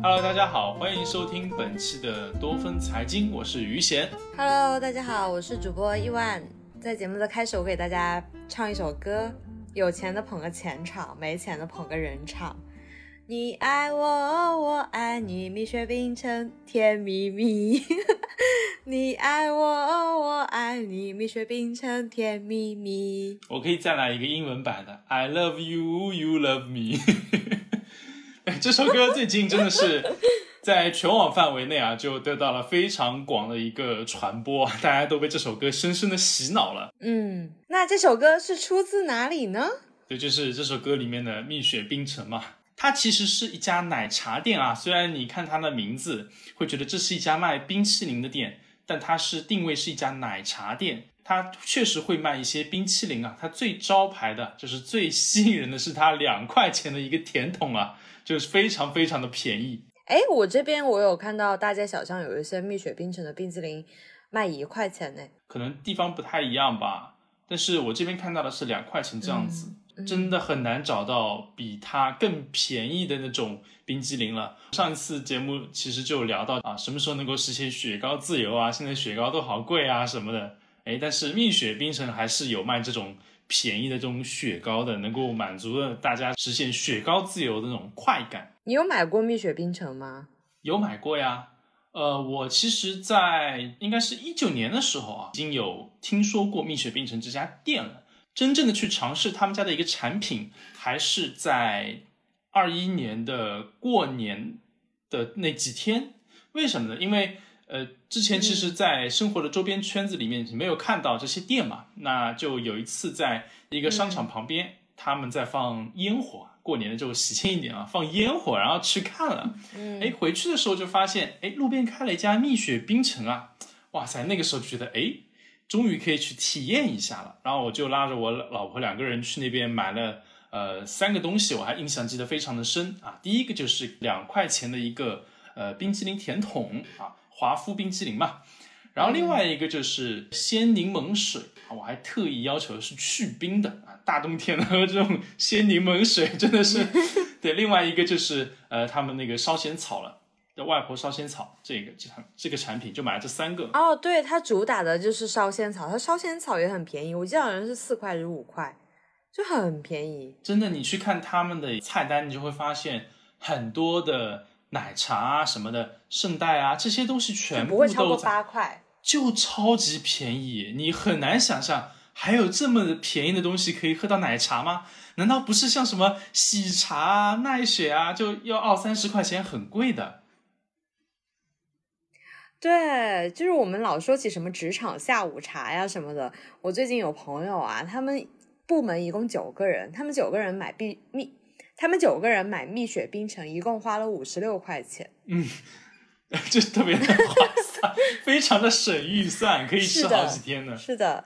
Hello， 大家好，欢迎收听本期的多分财经，我是于贤。 Hello， 大家好，我是主播亿万。在节目的开始，我给大家唱一首歌，有钱的捧个钱场，没钱的捧个人场。你爱我，我爱你，蜜雪冰城甜蜜蜜。你爱我，我爱你，蜜雪冰城甜蜜蜜。 我可以再来一个英文版的 I love you, you love me。这首歌最近真的是在全网范围内啊，就得到了非常广的一个传播，大家都被这首歌深深的洗脑了。 那这首歌是出自哪里呢？ 对，就是这首歌里面的蜜雪冰城嘛。它其实是一家奶茶店啊，虽然你看它的名字会觉得这是一家卖冰淇淋的店，但它是定位是一家奶茶店。它确实会卖一些冰淇淋啊，它最招牌的就是最吸引人的是它2块钱的一个甜筒啊，就是非常非常的便宜。 我这边我有看到大街小巷有一些蜜雪冰城的冰淇淋卖1块钱呢， 可能地方不太一样吧，但是我这边看到的是2块钱这样子。真的很难找到比它更便宜的那种冰激凌了。上一次节目其实就聊到啊，什么时候能够实现雪糕自由啊，现在雪糕都好贵啊什么的。但是蜜雪冰城还是有卖这种便宜的这种雪糕的，能够满足了大家实现雪糕自由的那种快感。 你有买过蜜雪冰城吗？ 有买过呀。我其实在应该是19年的时候啊，已经有听说过蜜雪冰城这家店了。真正的去尝试他们家的一个产品，还是在21年的过年的那几天。为什么呢？因为之前其实在生活的周边圈子里面没有看到这些店嘛，那就有一次在一个商场旁边，他们在放烟火，过年的就喜庆一点啊，放烟火，然后去看了。回去的时候就发现，路边开了一家蜜雪冰城啊，哇塞，那个时候就觉得终于可以去体验一下了。然后我就拉着我老婆2个人去那边买了3个东西，我还印象记得非常的深啊。第一个就是2块钱的一个冰淇淋甜筒啊，华夫冰淇淋嘛。然后另外一个就是鲜柠檬水啊，我还特意要求的是去冰的啊，大冬天的喝这种鲜柠檬水真的是对。另外一个就是他们那个烧仙草了。外婆烧仙草这个产品就买了这3个。 对，它主打的就是烧仙草，它烧仙草也很便宜，我记得好像是4块还是5块，就很便宜。 真的，你去看他们的菜单，你就会发现很多的奶茶啊什么的，圣代啊这些东西全部都不会超过8块， 就超级便宜。你很难想象还有这么便宜的东西可以喝到奶茶吗？难道不是像什么喜茶啊、奈雪啊就要20-30块钱，很贵的？ 对，就是我们老说起什么职场下午茶呀什么的，我最近有朋友啊，他们部门一共9个人，他们9个人买蜜雪冰城一共花了56块钱。 就特别的划算，非常的省预算，可以吃好几天呢。 是的。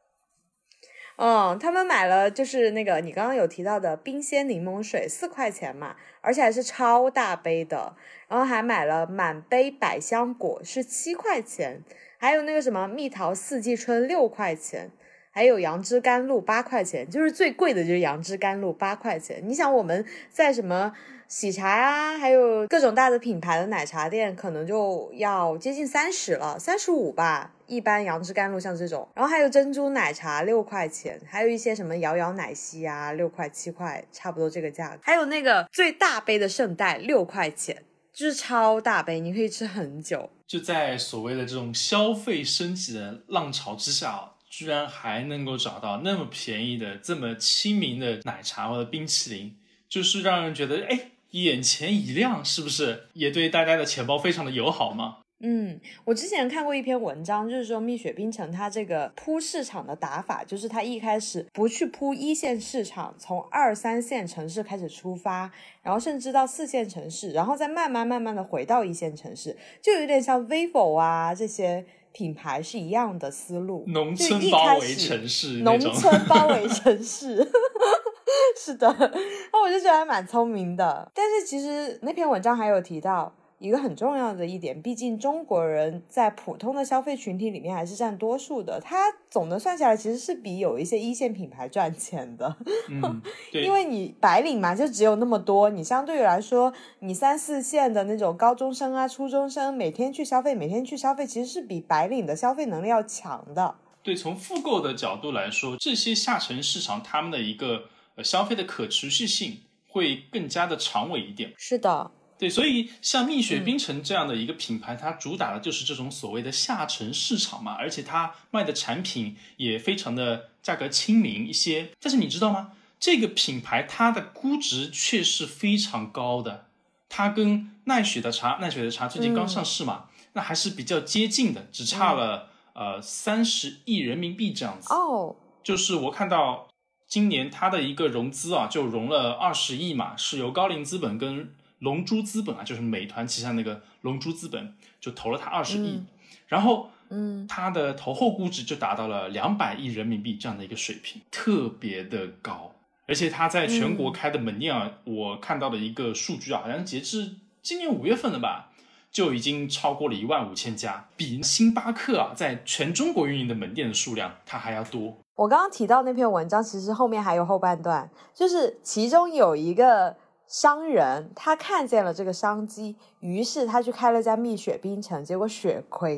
他们买了就是那个你刚刚有提到的冰鲜柠檬水4块钱嘛，而且还是超大杯的，然后还买了满杯百香果是7块钱，还有那个什么蜜桃四季春6块钱，还有杨枝甘露8块钱，就是最贵的就是杨枝甘露8块钱。你想我们在什么喜茶啊，还有各种大的品牌的奶茶店可能就要接近30了，35吧，一般杨枝甘露像这种，然后还有珍珠奶茶6块钱，还有一些什么摇摇奶昔啊6块7块，差不多这个价格。还有那个最大杯的圣代6块钱，就是超大杯，你可以吃很久。 就在所谓的这种消费升级的浪潮之下，居然还能够找到那么便宜的这么亲民的奶茶或者冰淇淋，就是让人觉得眼前一亮，是不是也对大家的钱包非常的友好吗？ 我之前看过一篇文章，就是说蜜雪冰城它这个铺市场的打法，就是它一开始不去铺1线市场，从2、3线城市开始出发，然后甚至到4线城市，然后再慢慢的回到1线城市，就有点像 vivo 啊这些品牌是一样的思路， 农村包围城市那种， 农村包围城市是的，我就觉得还蛮聪明的。但是其实那篇文章还有提到， 一个很重要的一点，毕竟中国人在普通的消费群体里面还是占多数的，它总的算下来其实是比有一些一线品牌赚钱的。 对， 因为你白领嘛，就只有那么多，你相对于来说，你3、4线的那种高中生啊、初中生每天去消费，其实是比白领的消费能力要强的。 对，从复购的角度来说，这些下沉市场他们的一个消费的可持续性会更加的长尾一点。 是的。 对，所以像蜜雪冰城这样的一个品牌，它主打的就是这种所谓的下沉市场嘛，而且它卖的产品也非常的价格亲民一些。但是你知道吗？这个品牌它的估值却是非常高的，它跟奈雪的茶最近刚上市嘛，那还是比较接近的，只差了30亿人民币这样子。就是我看到今年它的一个融资啊，就融了20亿嘛，是由高瓴资本跟龙珠资本啊，就是美团旗下那个龙珠资本就投了它20亿，然后它的投后估值就达到了200亿人民币这样的一个水平，特别的高。而且它在全国开的门店啊，我看到的一个数据啊，好像截至今年5月份了吧，就已经超过了15000家，比星巴克啊在全中国运营的门店的数量它还要多。 我刚刚提到那篇文章，其实后面还有后半段，就是其中有一个商人，他看见了这个商机，于是他去开了家蜜雪冰城，结果血亏。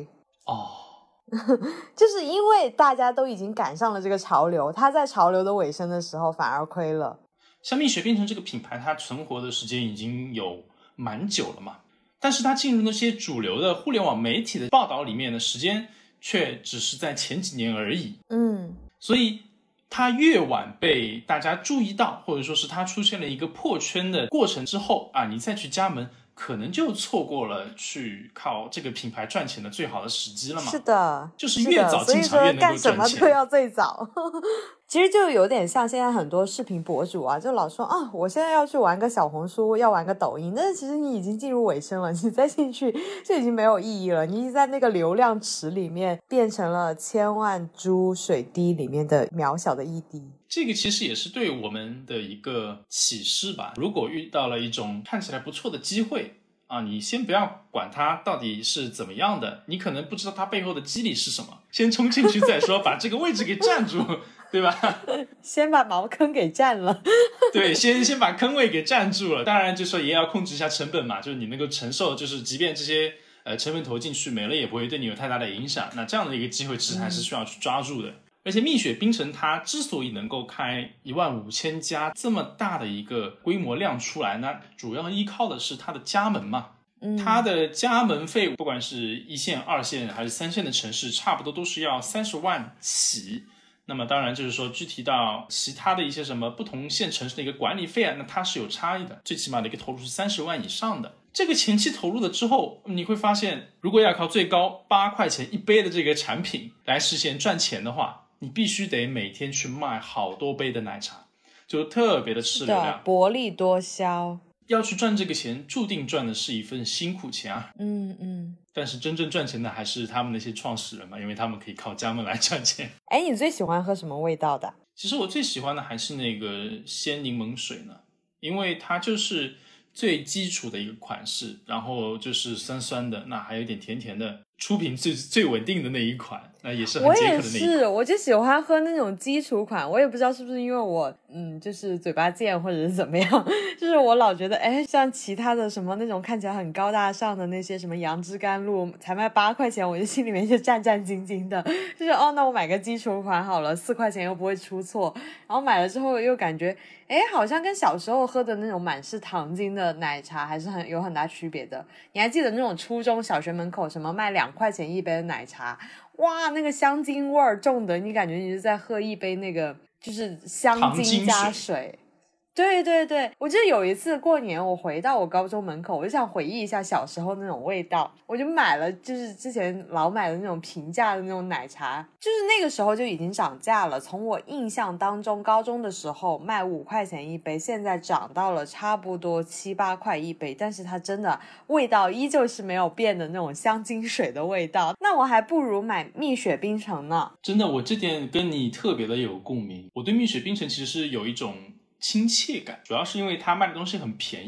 就是因为大家都已经赶上了这个潮流，他在潮流的尾声的时候反而亏了。 像蜜雪冰城这个品牌，它存活的时间已经有蛮久了嘛，但是它进入那些主流的互联网媒体的报道里面的时间却只是在前几年而已。所以它越晚被大家注意到，或者说是它出现了一个破圈的过程之后啊，你再去加盟，可能就错过了去靠这个品牌赚钱的最好的时机了嘛。 是的， 就是越早进场越能够赚钱， 所以说干什么都要最早。其实就有点像现在很多视频博主啊，就老说啊，我现在要去玩个小红书，要玩个抖音，但是其实你已经进入尾声了，你再进去就已经没有意义了，你已经在那个流量池里面变成了千万株水滴里面的渺小的一滴。 这个其实也是对我们的一个启示吧。如果遇到了一种看起来不错的机会啊，你先不要管它到底是怎么样的，你可能不知道它背后的机理是什么，先冲进去再说，把这个位置给占住，对吧？ 先把茅坑给占了。 对，先把坑位给占住了。当然就是说也要控制一下成本嘛，就是你能够承受，就是即便这些成本投进去没了也不会对你有太大的影响，那这样的一个机会其实还是需要去抓住的。而且蜜雪冰城它之所以能够开15000家这么大的一个规模量出来呢，主要依靠的是它的加盟嘛。它的加盟费不管是1线、2线还是3线的城市，差不多都是要30万起。那么当然就是说具体到其他的一些什么不同县城市的一个管理费啊，那它是有差异的，最起码的一个投入是30万以上的。这个前期投入了之后，你会发现如果要靠最高8块钱一杯的这个产品来实现赚钱的话，你必须得每天去卖好多杯的奶茶，就特别的吃流量， 薄利多销。 要去赚这个钱，注定赚的是一份辛苦钱啊。但是真正赚钱的还是他们那些创始人嘛，因为他们可以靠加盟来赚钱。 你最喜欢喝什么味道的？ 其实我最喜欢的还是那个鲜柠檬水呢，因为它就是最基础的一个款式，然后就是酸酸的，那还有点甜甜的，出品最稳定的那一款，那也是很解渴的那一款。 我也是，我就喜欢喝那种基础款，我也不知道是不是因为我就是嘴巴贱或者是怎么样，就是我老觉得像其他的什么那种看起来很高大上的那些什么杨枝甘露才卖8块钱，我就心里面就战战兢兢的，就是那我买个基础款好了，4块钱又不会出错，然后买了之后又感觉好像跟小时候喝的那种满是糖精的奶茶还是有很大区别的。你还记得那种初中小学门口什么卖2块钱一杯的奶茶，哇，那个香精味儿重的，你感觉你是在喝一杯那个就是香精加水。对对对，我记得有一次过年我回到我高中门口，我就想回忆一下小时候那种味道，我就买了就是之前老买的那种平价的那种奶茶，就是那个时候就已经涨价了，从我印象当中高中的时候卖5块钱一杯，现在涨到了差不多7、8块一杯，但是它真的味道依旧是没有变的那种香精水的味道，那我还不如买蜜雪冰城呢。 真的，我这点跟你特别的有共鸣，我对蜜雪冰城其实是有一种亲切感，主要是因为它卖的东西很便宜，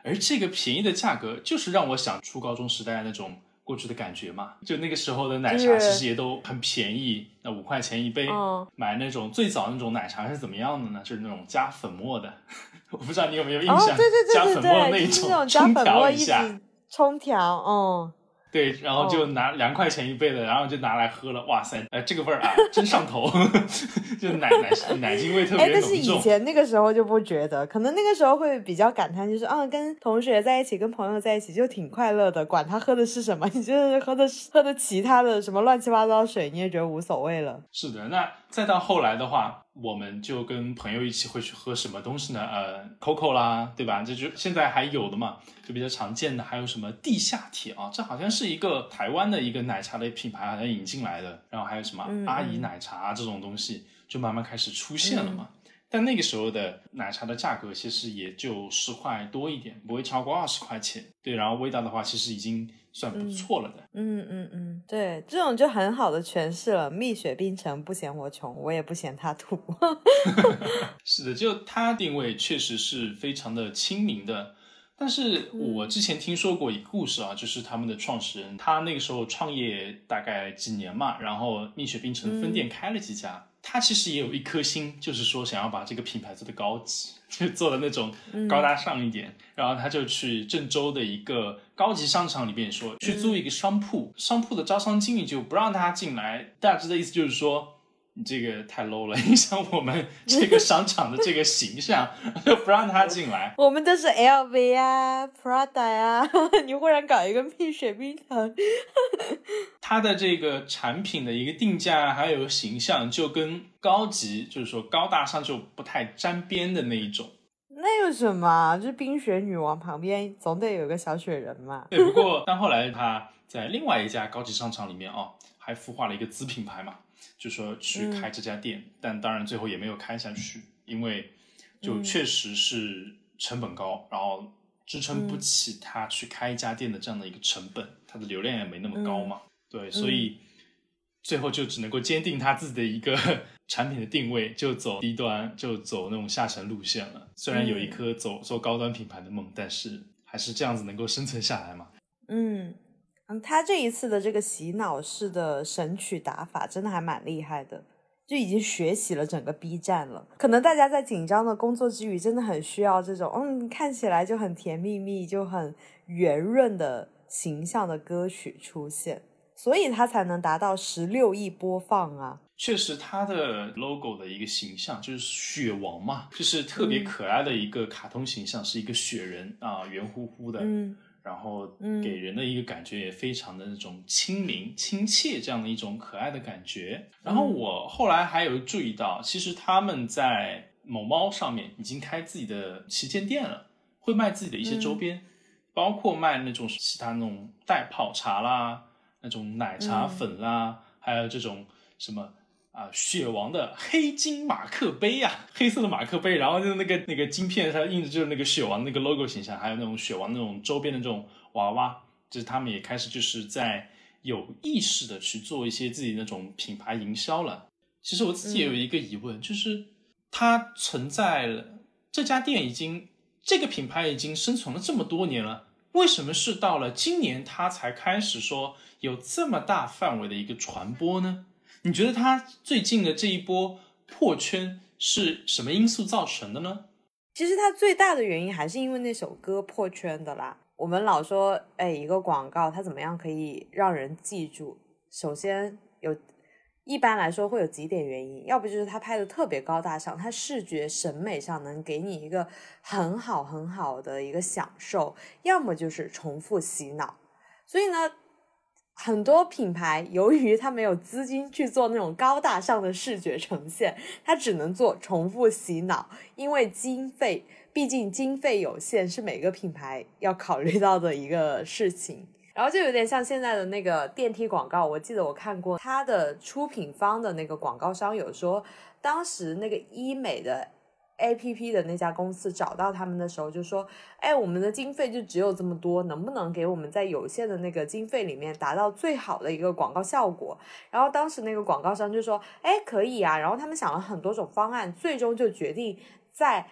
而这个便宜的价格就是让我想初高中时代那种过去的感觉嘛，就那个时候的奶茶其实也都很便宜，那5块钱一杯，买那种最早那种奶茶是怎么样的呢？就是那种加粉末的，我不知道你有没有印象， 对， 加粉末那种冲调一下， 冲调， 对，然后就拿2块钱一杯的，然后就拿来喝了，哇塞，这个味儿啊，真上头，就奶精味特别浓重。 但是以前那个时候就不觉得，可能那个时候会比较感叹，就是跟同学在一起，跟朋友在一起就挺快乐的，管他喝的是什么，你就是喝的其他的什么乱七八糟水，你也觉得无所谓了。 是的，那再到后来的话，我们就跟朋友一起会去喝什么东西呢？Coco 啦，对吧？这就现在还有的嘛，就比较常见的还有什么地下铁啊，这好像是一个台湾的一个奶茶的品牌，好像引进来的。然后还有什么阿姨奶茶这种东西，就慢慢开始出现了嘛。但那个时候的奶茶的价格其实也就10块多一点，不会超过20块钱。对，然后味道的话，其实已经算不错了的。 对，这种就很好的诠释了蜜雪冰城不嫌我穷，我也不嫌他土。 是的，就它定位确实是非常的亲民的。但是我之前听说过一个故事啊，就是他们的创始人，他那个时候创业大概几年嘛，然后蜜雪冰城分店开了几家，他其实也有一颗心，就是说想要把这个品牌做得高级，就做的那种高大上一点，然后他就去郑州的一个高级商场里面说去租一个商铺，商铺的招商经理就不让他进来，大致的意思就是说你这个太 low 了，影响我们这个商场的这个形象，就不让他进来。 我们都是 LV 啊 Prada 啊，你忽然搞一个蜜雪冰城。 它的这个产品的一个定价还有形象就跟高级，就是说高大上就不太沾边的那一种。 那有什么，就是冰雪女王旁边总得有个小雪人嘛。 对，不过但后来他在另外一家高级商场里面还孵化了一个子品牌嘛，就说去开这家店，但当然最后也没有开下去，因为就确实是成本高，然后支撑不起他去开一家店的这样的一个成本，他的流量也没那么高嘛。对，所以最后就只能够坚定他自己的一个产品的定位，就走低端，就走那种下沉路线了。虽然有一颗做高端品牌的梦，但是还是这样子能够生存下来嘛。 他这一次的这个洗脑式的神曲打法真的还蛮厉害的，就已经学习了整个 B 站了。可能大家在紧张的工作之余真的很需要这种看起来就很甜蜜蜜就很圆润的形象的歌曲出现，所以他才能达到16亿播放啊。 确实他的 logo 的一个形象就是雪王嘛，就是特别可爱的一个卡通形象，是一个雪人圆乎乎的，然后给人的一个感觉也非常的那种亲民亲切，这样的一种可爱的感觉。然后我后来还有注意到，其实他们在某猫上面已经开自己的旗舰店了，会卖自己的一些周边，包括卖那种其他那种袋泡茶啦，那种奶茶粉啦，还有这种什么雪王的黑金马克杯黑色的马克杯，然后就是那个晶片它印的就是那个雪王那个 logo 形象，还有那种雪王那种周边的这种娃娃，就是他们也开始就是在有意识的去做一些自己那种品牌营销了。其实我自己也有一个疑问，就是它存在了，这家店这个品牌已经生存了这么多年了，为什么是到了今年它才开始说有这么大范围的一个传播呢？你觉得他最近的这一波破圈是什么因素造成的呢？ 其实它最大的原因还是因为那首歌破圈的啦。我们老说一个广告它怎么样可以让人记住，首先一般来说会有几点原因，要不就是它拍的特别高大上，它视觉审美上能给你一个很好很好的一个享受，要么就是重复洗脑。所以呢，很多品牌由于它没有资金去做那种高大上的视觉呈现，它只能做重复洗脑，因为毕竟经费有限，是每个品牌要考虑到的一个事情。然后就有点像现在的那个电梯广告，我记得我看过它的出品方的那个广告商有说，当时那个医美的APP 的那家公司找到他们的时候就说，我们的经费就只有这么多，能不能给我们在有限的那个经费里面达到最好的一个广告效果。然后当时那个广告商就说可以啊，然后他们想了很多种方案，最终就决定在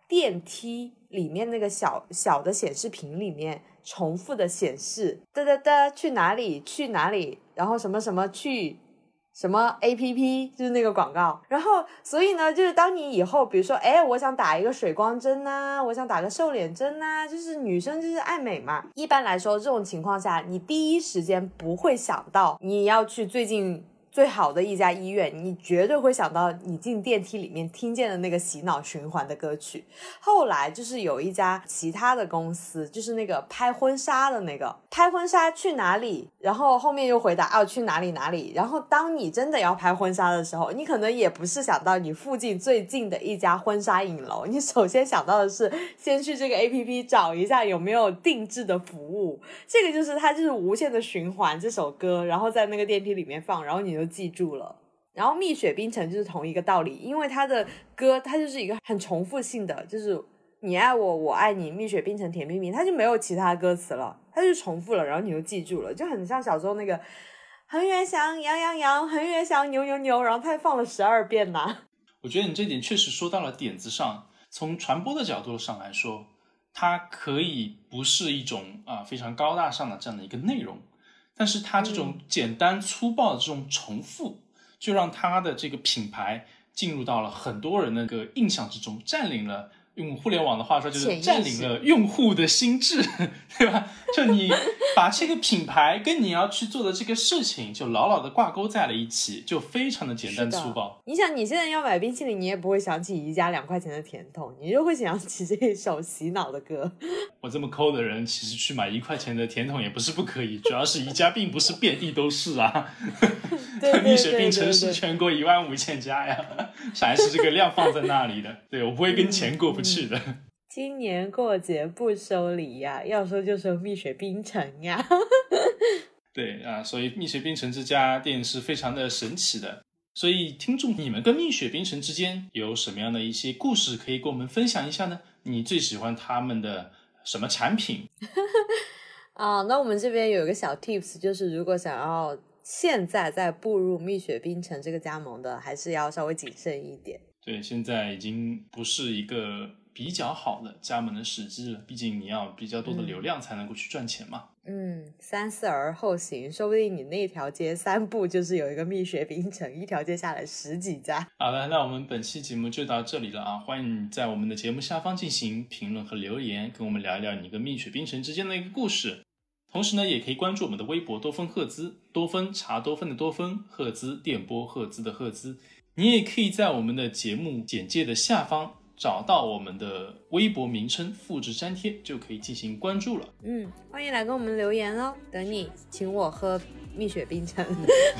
电梯里面那个小的显示屏里面重复的显示哒哒哒去哪里去哪里，然后什么什么去什么 APP， 就是那个广告。然后所以呢，就是当你以后比如说我想打一个水光针啊，我想打个瘦脸针啊，就是女生就是爱美嘛，一般来说这种情况下你第一时间不会想到你要去最近最好的一家医院，你绝对会想到你进电梯里面听见的那个洗脑循环的歌曲。后来就是有一家其他的公司，就是那个拍婚纱的那个，拍婚纱去哪里，然后后面又回答去哪里哪里。然后当你真的要拍婚纱的时候，你可能也不是想到你附近最近的一家婚纱影楼，你首先想到的是先去这个 APP 找一下有没有定制的服务。这个就是它就是无限的循环这首歌，然后在那个电梯里面放，然后你就记住了。然后蜜雪冰城就是同一个道理，因为它的歌它就是一个很重复性的，就是你爱我我爱你蜜雪冰城甜蜜蜜，它就没有其他歌词了，它就重复了，然后你就记住了，就很像小时候那个恒源祥羊羊羊，恒源祥牛牛牛，然后它放了12遍呐。 我觉得你这点确实说到了点子上，从传播的角度上来说，它可以不是一种非常高大上的这样的一个内容，但是它这种简单粗暴的这种重复，就让它的这个品牌进入到了很多人的个印象之中，占领了，用互联网的话说就是占领了用户的心智，对吧？就你把这个品牌跟你要去做的这个事情就牢牢的挂钩在了一起，就非常的简单粗暴。 你想你现在要买冰淇淋，你也不会想起宜家2块钱的甜筒，你就会想起这一首洗脑的歌。 我这么抠的人，其实去买1块钱的甜筒也不是不可以，主要是宜家并不是遍地都是啊。蜜雪冰城是全国15000家呀，还是这个量放在那里的。对，我不会跟钱过不去的。 今年过节不收礼呀，要收就收蜜雪冰城呀。 对啊，所以蜜雪冰城这家店是非常的神奇的。所以听众，你们跟蜜雪冰城之间有什么样的一些故事可以跟我们分享一下呢？你最喜欢他们的什么产品？ 那我们这边有一个小 tips， 就是如果想要现在在步入蜜雪冰城这个加盟的，还是要稍微谨慎一点。 对，现在已经不是一个比较好的加盟的时机了，毕竟你要比较多的流量才能够去赚钱嘛。 三思而后行，说不定你那条街3步就是有一个蜜雪冰城，一条街下来10几家。 好的，那我们本期节目就到这里了啊！欢迎你在我们的节目下方进行评论和留言，跟我们聊一聊你跟蜜雪冰城之间的一个故事。同时呢，也可以关注我们的微博多芬赫兹，多芬茶多芬的多芬，赫兹电波赫兹的赫兹。你也可以在我们的节目简介的下方找到我们的微博名称，复制粘贴就可以进行关注了。 欢迎来跟我们留言哦，等你请我喝蜜雪冰城。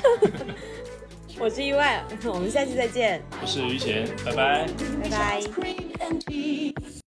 我是意外，我们下期再见。 我是于贤，拜拜， 拜拜。